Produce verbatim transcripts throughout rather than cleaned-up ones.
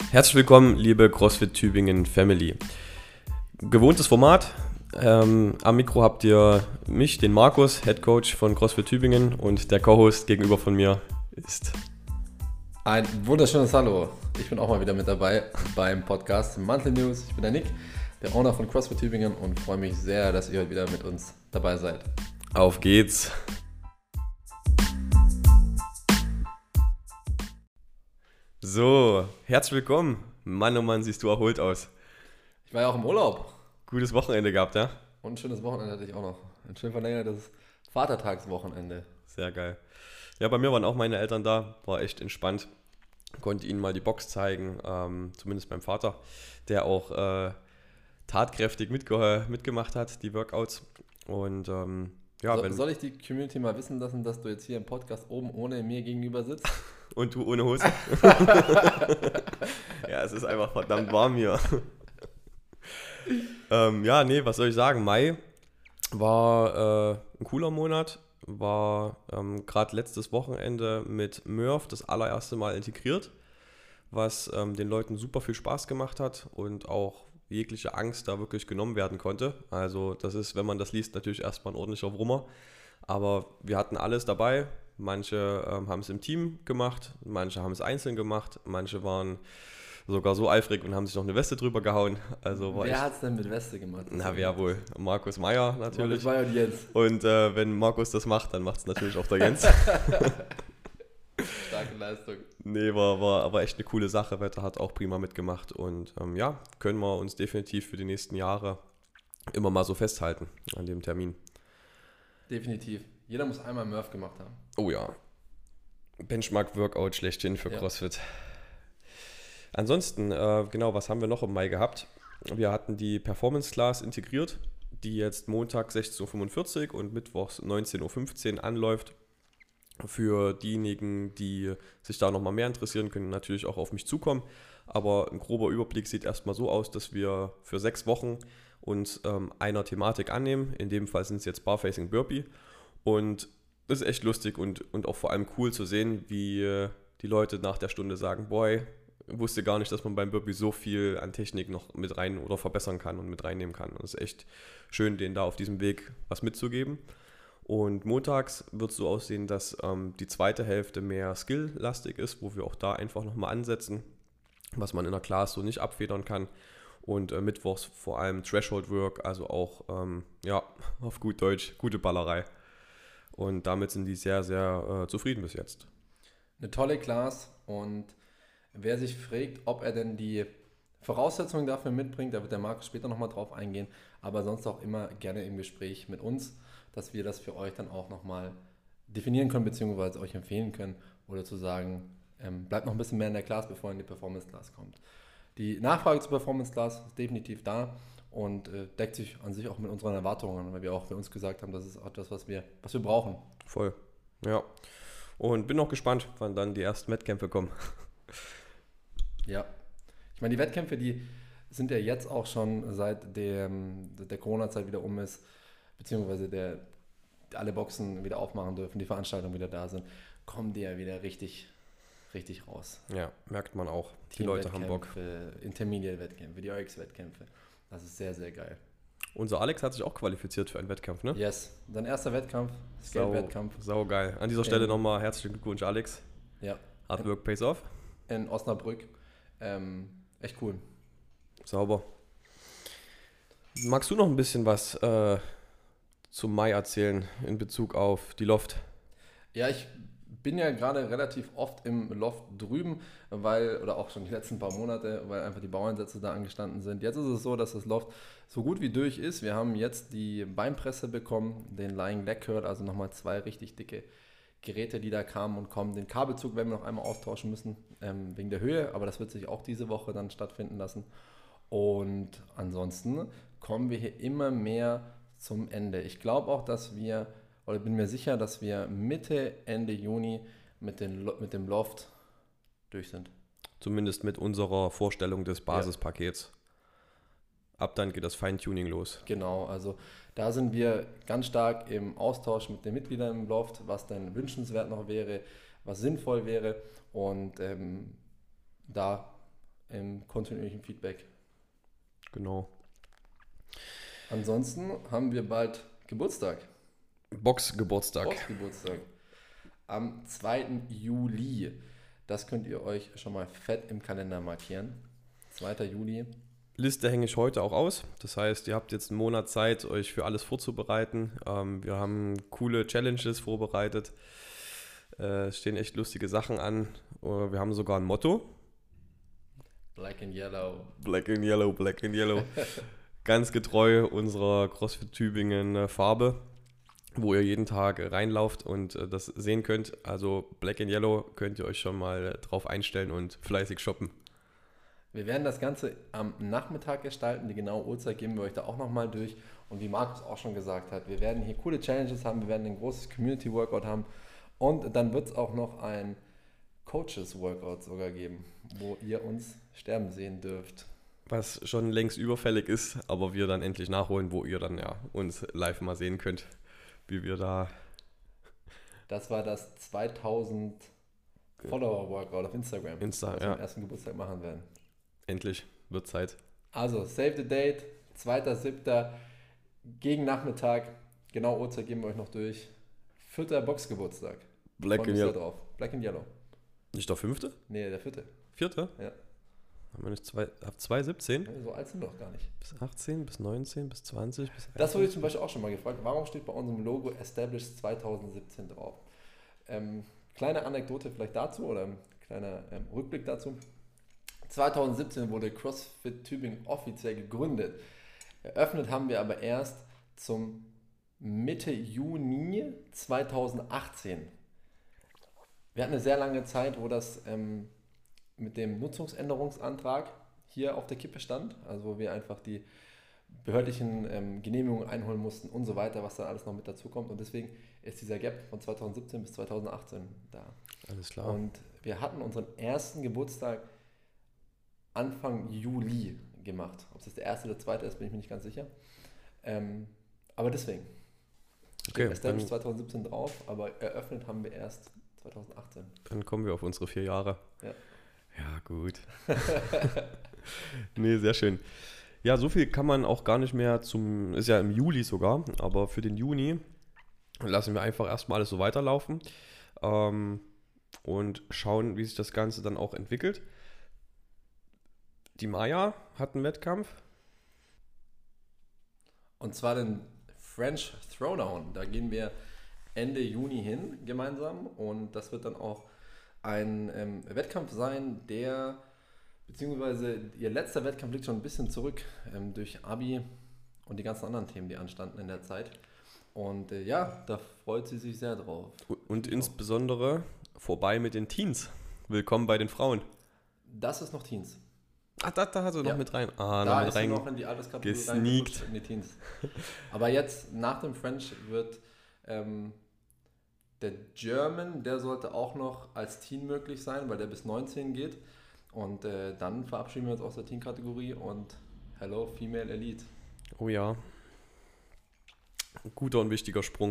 Herzlich willkommen, liebe CrossFit Tübingen Family. Gewohntes Format. Ähm, am Mikro habt ihr mich, den Markus, Head Coach von CrossFit Tübingen, und der Co-Host gegenüber von mir ist... Ein wunderschönes Hallo. Ich bin auch mal wieder mit dabei beim Podcast Monthly News. Ich bin der Nick, der Owner von CrossFit Tübingen, und freue mich sehr, dass ihr heute wieder mit uns dabei seid. Auf geht's! So, herzlich willkommen. Mann, oh Mann, siehst du erholt aus. Ich war ja auch im Urlaub. Gutes Wochenende gehabt, ja? Und ein schönes Wochenende hatte ich auch noch. Ein schön verlängertes Vatertagswochenende. Sehr geil. Ja, bei mir waren auch meine Eltern da. War echt entspannt. Konnte ihnen mal die Box zeigen. Ähm, zumindest beim Vater, der auch äh, tatkräftig mitge- mitgemacht hat, die Workouts. Und ähm, ja, so, wenn... Soll ich die Community mal wissen lassen, dass du jetzt hier im Podcast oben ohne mir gegenüber sitzt? Und du ohne Hose? Ja, es ist einfach verdammt warm hier. ähm, ja, nee, was soll ich sagen? Mai war äh, ein cooler Monat. War ähm, gerade letztes Wochenende mit Murph das allererste Mal integriert, was ähm, den Leuten super viel Spaß gemacht hat und auch jegliche Angst da wirklich genommen werden konnte. Also das ist, wenn man das liest, natürlich erstmal ein ordentlicher Wurmer. Aber wir hatten alles dabei. Manche ähm, haben es im Team gemacht, manche haben es einzeln gemacht, manche waren sogar so eifrig und haben sich noch eine Weste drüber gehauen. Also war Wer hat es denn mit Weste gemacht? Na, wer wohl? Markus Meyer natürlich. Markus Meyer und Jens. Und äh, wenn Markus das macht, dann macht es natürlich auch der Jens. Starke Leistung. Nee, war, war aber echt eine coole Sache. Wetter hat auch prima mitgemacht. Und ähm, ja, können wir uns definitiv für die nächsten Jahre immer mal so festhalten an dem Termin. Definitiv. Jeder muss einmal Murph gemacht haben. Oh ja. Benchmark-Workout schlechthin für Ja. CrossFit. Ansonsten, äh, genau, was haben wir noch im Mai gehabt? Wir hatten die Performance Class integriert, die jetzt Montag sechzehn Uhr fünfundvierzig und Mittwochs neunzehn Uhr fünfzehn anläuft. Für diejenigen, die sich da nochmal mehr interessieren, können natürlich auch auf mich zukommen. Aber ein grober Überblick sieht erstmal so aus, dass wir für sechs Wochen uns ähm, einer Thematik annehmen. In dem Fall sind es jetzt Barfacing Burpee. Und das ist echt lustig und, und auch vor allem cool zu sehen, wie äh, die Leute nach der Stunde sagen, boy, wusste gar nicht, dass man beim Burpee so viel an Technik noch mit rein oder verbessern kann und mit reinnehmen kann. Und es ist echt schön, denen da auf diesem Weg was mitzugeben. Und montags wird es so aussehen, dass ähm, die zweite Hälfte mehr skill-lastig ist, wo wir auch da einfach nochmal ansetzen, was man in der Class so nicht abfedern kann. Und äh, mittwochs vor allem Threshold-Work, also auch, ähm, ja, auf gut Deutsch, gute Ballerei. Und damit sind die sehr, sehr äh, zufrieden bis jetzt. Eine tolle Class, und wer sich fragt, ob er denn die Voraussetzungen dafür mitbringt, da wird der Markus später nochmal drauf eingehen, aber sonst auch immer gerne im Gespräch mit uns, dass wir das für euch dann auch nochmal definieren können, beziehungsweise euch empfehlen können, oder zu sagen, ähm, bleibt noch ein bisschen mehr in der Class, bevor ihr in die Performance Class kommt. Die Nachfrage zur Performance Class ist definitiv da und äh, deckt sich an sich auch mit unseren Erwartungen, weil wir auch für uns gesagt haben, das ist auch das, was wir, was wir brauchen. Voll, ja. Und bin auch gespannt, wann dann die ersten Wettkämpfe kommen. Ja, ich meine, die Wettkämpfe, die sind ja jetzt auch schon, seit dem, der Corona-Zeit wieder um ist, beziehungsweise der, alle Boxen wieder aufmachen dürfen, die Veranstaltungen wieder da sind, kommen die ja wieder richtig, richtig raus. Ja, merkt man auch. Die Leute haben Bock. Intermediate-Wettkämpfe, die O X-Wettkämpfe. Das ist sehr, sehr geil. Unser Alex hat sich auch qualifiziert für einen Wettkampf, ne? Yes, sein erster Wettkampf, Skate-Wettkampf. Sau geil. An dieser Stelle nochmal herzlichen Glückwunsch, Alex. Ja. Hard Work pays off. In Osnabrück. Ähm, echt cool. Sauber. Magst du noch ein bisschen was äh, zum Mai erzählen in Bezug auf die Loft? Ja, ich bin ja gerade relativ oft im Loft drüben, weil, oder auch schon die letzten paar Monate, weil einfach die Baueinsätze da angestanden sind. Jetzt ist es so, dass das Loft so gut wie durch ist. Wir haben jetzt die Beinpresse bekommen, den Lying Leg Curl, also nochmal zwei richtig dicke Geräte, die da kamen und kommen. Den Kabelzug werden wir noch einmal austauschen müssen, ähm, wegen der Höhe, aber das wird sich auch diese Woche dann stattfinden lassen. Und ansonsten kommen wir hier immer mehr zum Ende. Ich glaube auch, dass wir, oder bin mir sicher, dass wir Mitte, Ende Juni mit, den, mit dem Loft durch sind. Zumindest mit unserer Vorstellung des Basispakets. Ab dann geht das Feintuning los. Genau, also da sind wir ganz stark im Austausch mit den Mitgliedern im Loft, was denn wünschenswert noch wäre, was sinnvoll wäre, und ähm, da im kontinuierlichen Feedback. Genau. Ansonsten haben wir bald Geburtstag. Box-Geburtstag. Box-Geburtstag. Am zweiten Juli. Das könnt ihr euch schon mal fett im Kalender markieren. zweiter Juli. Liste hänge ich heute auch aus. Das heißt, ihr habt jetzt einen Monat Zeit, euch für alles vorzubereiten. Ähm, wir haben coole Challenges vorbereitet. Äh, stehen echt lustige Sachen an. Uh, wir haben sogar ein Motto. Black and Yellow. Black and Yellow, Black and Yellow. Ganz getreu unserer CrossFit Tübingen äh, Farbe, wo ihr jeden Tag reinlauft und äh, das sehen könnt. Also Black and Yellow könnt ihr euch schon mal drauf einstellen und fleißig shoppen. Wir werden das Ganze am Nachmittag gestalten. Die genaue Uhrzeit geben wir euch da auch nochmal durch. Und wie Markus auch schon gesagt hat, wir werden hier coole Challenges haben, wir werden ein großes Community-Workout haben und dann wird es auch noch ein Coaches-Workout sogar geben, wo ihr uns sterben sehen dürft. Was schon längst überfällig ist, aber wir dann endlich nachholen, wo ihr dann ja uns live mal sehen könnt, wie wir da... Das war das zweitausend Follower-Workout auf Instagram, Insta, was wir ja. am ersten Geburtstag machen werden. Endlich, wird Zeit. Also, save the date, zweiter siebter gegen Nachmittag. Genau Uhrzeit geben wir euch noch durch. Vierter Boxgeburtstag. Black and Yellow. Drauf. Black and Yellow. Nicht der fünfte? Nee, der vierte. Vierte? Ja. Haben wir nicht zwei, ab zwei siebzehn? So alt sind wir doch gar nicht. Bis achtzehn, bis neunzehn, bis zwanzig, bis Das wurde ich zum Beispiel auch schon mal gefragt. Warum steht bei unserem Logo Established zwanzig siebzehn drauf? Ähm, kleine Anekdote vielleicht dazu oder ein kleiner ähm, Rückblick dazu. zwanzig siebzehn wurde CrossFit Tübingen offiziell gegründet. Eröffnet haben wir aber erst zum Mitte Juni zweitausendachtzehn. Wir hatten eine sehr lange Zeit, wo das ähm, mit dem Nutzungsänderungsantrag hier auf der Kippe stand, also wo wir einfach die behördlichen ähm, Genehmigungen einholen mussten und so weiter, was dann alles noch mit dazu kommt. Und deswegen ist dieser Gap von zweitausendsiebzehn bis zweitausendachtzehn da. Alles klar. Und wir hatten unseren ersten Geburtstag Anfang Juli gemacht. Ob es das der erste oder zweite ist, bin ich mir nicht ganz sicher. Ähm, aber deswegen. Okay, Established zweitausendsiebzehn drauf, aber eröffnet haben wir erst zweitausendachtzehn. Dann kommen wir auf unsere vier Jahre. Ja. Ja, gut. Nee, sehr schön. Ja, so viel kann man auch gar nicht mehr zum, ist ja im Juli sogar, aber für den Juni lassen wir einfach erstmal alles so weiterlaufen ähm, und schauen, wie sich das Ganze dann auch entwickelt. Die Maya hat einen Wettkampf. Und zwar den French Throwdown. Da gehen wir Ende Juni hin gemeinsam und das wird dann auch ein ähm, Wettkampf sein, der, beziehungsweise ihr letzter Wettkampf liegt schon ein bisschen zurück ähm, durch Abi und die ganzen anderen Themen, die anstanden in der Zeit. Und äh, ja, da freut sie sich sehr drauf. Und, und insbesondere vorbei mit den Teens. Willkommen bei den Frauen. Das ist noch Teens. Ach, da, da hat sie Ja. noch mit rein. Ah, Da noch mit ist sie rein. noch in die Alterskategorie gesneakt. reingerutscht, in die Teens. Aber jetzt, nach dem French, wird ähm, der German, der sollte auch noch als Teen möglich sein, weil der bis neunzehn geht. Und äh, dann verabschieden wir uns aus der Teen-Kategorie und Hello Female Elite. Oh ja. Ein guter und wichtiger Sprung.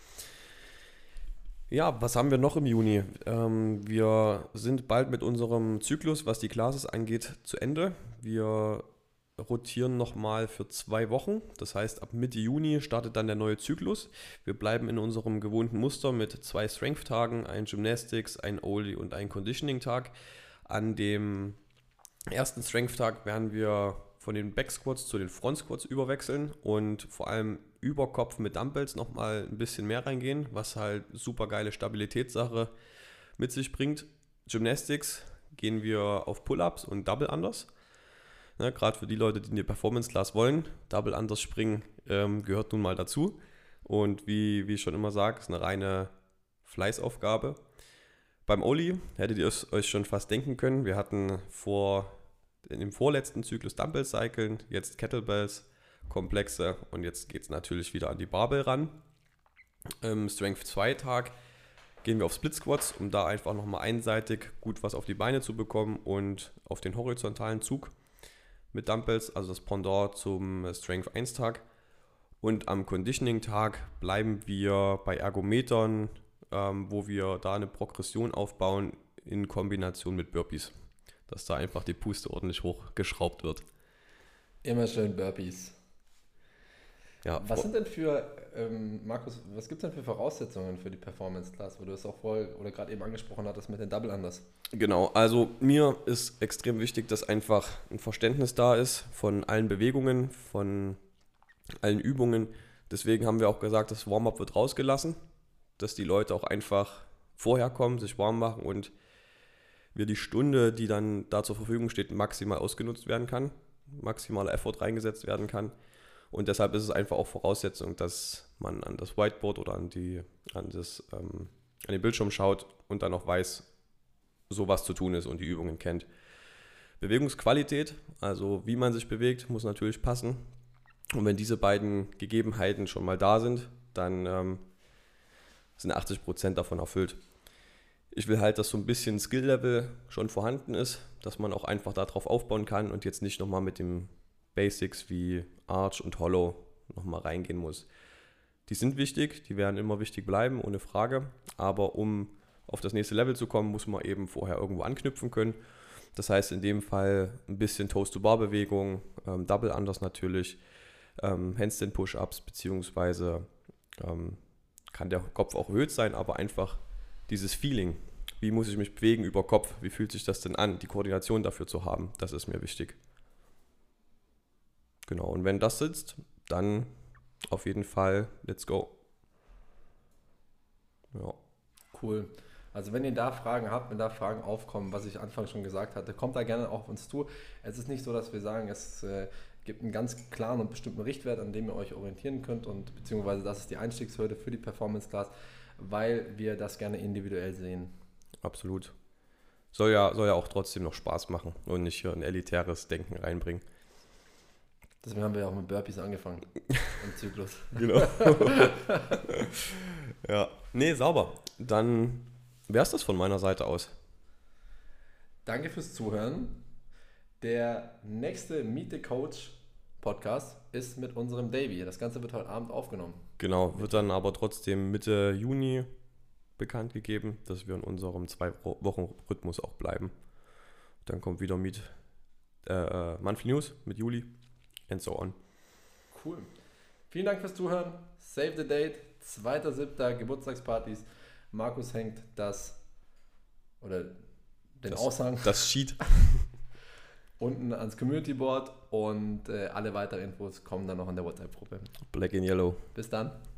Ja, was haben wir noch im Juni? Ähm, wir sind bald mit unserem Zyklus, was die Classes angeht, zu Ende. Wir rotieren nochmal für zwei Wochen. Das heißt, ab Mitte Juni startet dann der neue Zyklus. Wir bleiben in unserem gewohnten Muster mit zwei Strength-Tagen, ein Gymnastics, ein Oldie und ein Conditioning-Tag. An dem ersten Strength-Tag werden wir von den Back-Squats zu den Front-Squats überwechseln und vor allem über Kopf mit Dumbbells nochmal ein bisschen mehr reingehen, was halt super geile Stabilitätssache mit sich bringt. Gymnastics gehen wir auf Pull-Ups und Double Unders. Ne, gerade für die Leute, die in die Performance Class wollen, Double Unders springen ähm, gehört nun mal dazu. Und wie, wie ich schon immer sage, ist eine reine Fleißaufgabe. Beim Oli hättet ihr es euch schon fast denken können. Wir hatten vor im vorletzten Zyklus Dumbbell cyclen, jetzt Kettlebells, Komplexe und jetzt geht es natürlich wieder an die Barbell ran. Im Strength zwei Tag gehen wir auf Split Squats, um da einfach nochmal einseitig gut was auf die Beine zu bekommen und auf den horizontalen Zug mit Dumbbells, also das Pendant zum Strength eins Tag. Und am Conditioning Tag bleiben wir bei Ergometern, ähm, wo wir da eine Progression aufbauen in Kombination mit Burpees. dass da einfach die Puste ordentlich hochgeschraubt wird. Immer schön Burpees. Ja, was sind denn für, ähm, Markus, was gibt es denn für Voraussetzungen für die Performance Class, wo du es auch vorher oder gerade eben angesprochen hattest mit den Double Unders? Genau, also mir ist extrem wichtig, dass einfach ein Verständnis da ist von allen Bewegungen, von allen Übungen. Deswegen haben wir auch gesagt, das Warm-up wird rausgelassen, dass die Leute auch einfach vorher kommen, sich warm machen und wir die Stunde, die dann da zur Verfügung steht, maximal ausgenutzt werden kann, maximaler Effort reingesetzt werden kann. Und deshalb ist es einfach auch Voraussetzung, dass man an das Whiteboard oder an, die, an, das, ähm, an den Bildschirm schaut und dann auch weiß, so was zu tun ist und die Übungen kennt. Bewegungsqualität, also wie man sich bewegt, muss natürlich passen. Und wenn diese beiden Gegebenheiten schon mal da sind, dann ähm, sind achtzig Prozent davon erfüllt. Ich will halt, dass so ein bisschen Skill-Level schon vorhanden ist, dass man auch einfach darauf aufbauen kann und jetzt nicht nochmal mit dem Basics wie Arch und Hollow nochmal reingehen muss. Die sind wichtig, die werden immer wichtig bleiben, ohne Frage. Aber um auf das nächste Level zu kommen, muss man eben vorher irgendwo anknüpfen können. Das heißt in dem Fall ein bisschen Toes-to-Bar-Bewegung, ähm, Double Unders natürlich, ähm, Handstand-Push-Ups, beziehungsweise ähm, kann der Kopf auch erhöht sein, aber einfach dieses Feeling, wie muss ich mich bewegen über Kopf, wie fühlt sich das denn an, die Koordination dafür zu haben, das ist mir wichtig. Genau, und wenn das sitzt, dann auf jeden Fall, let's go. Ja. Cool. Also wenn ihr da Fragen habt, wenn da Fragen aufkommen, was ich anfangs schon gesagt hatte, kommt da gerne auch auf uns zu. Es ist nicht so, dass wir sagen, es äh, gibt einen ganz klaren und bestimmten Richtwert, an dem ihr euch orientieren könnt und beziehungsweise das ist die Einstiegshürde für die Performance Class, weil wir das gerne individuell sehen. Absolut. Soll ja, soll ja auch trotzdem noch Spaß machen und nicht hier ein elitäres Denken reinbringen. Deswegen haben wir ja auch mit Burpees angefangen im Zyklus. Genau. Ja, nee, sauber. Dann wäre es das von meiner Seite aus. Danke fürs Zuhören. Der nächste Meet the Coach Podcast ist mit unserem Davy. Das Ganze wird heute Abend aufgenommen. Genau, wird dann aber trotzdem Mitte Juni bekannt gegeben, dass wir in unserem Zwei-Wochen-Rhythmus auch bleiben. Dann kommt wieder Meet äh, Monthly News mit Juli and so on. Cool. Vielen Dank fürs Zuhören. Save the date. zweiter siebter Geburtstagspartys. Markus hängt das oder den das, Aushang das Sheet unten ans Community Board und äh, alle weiteren Infos kommen dann noch in der WhatsApp-Gruppe. Black and Yellow. Bis dann.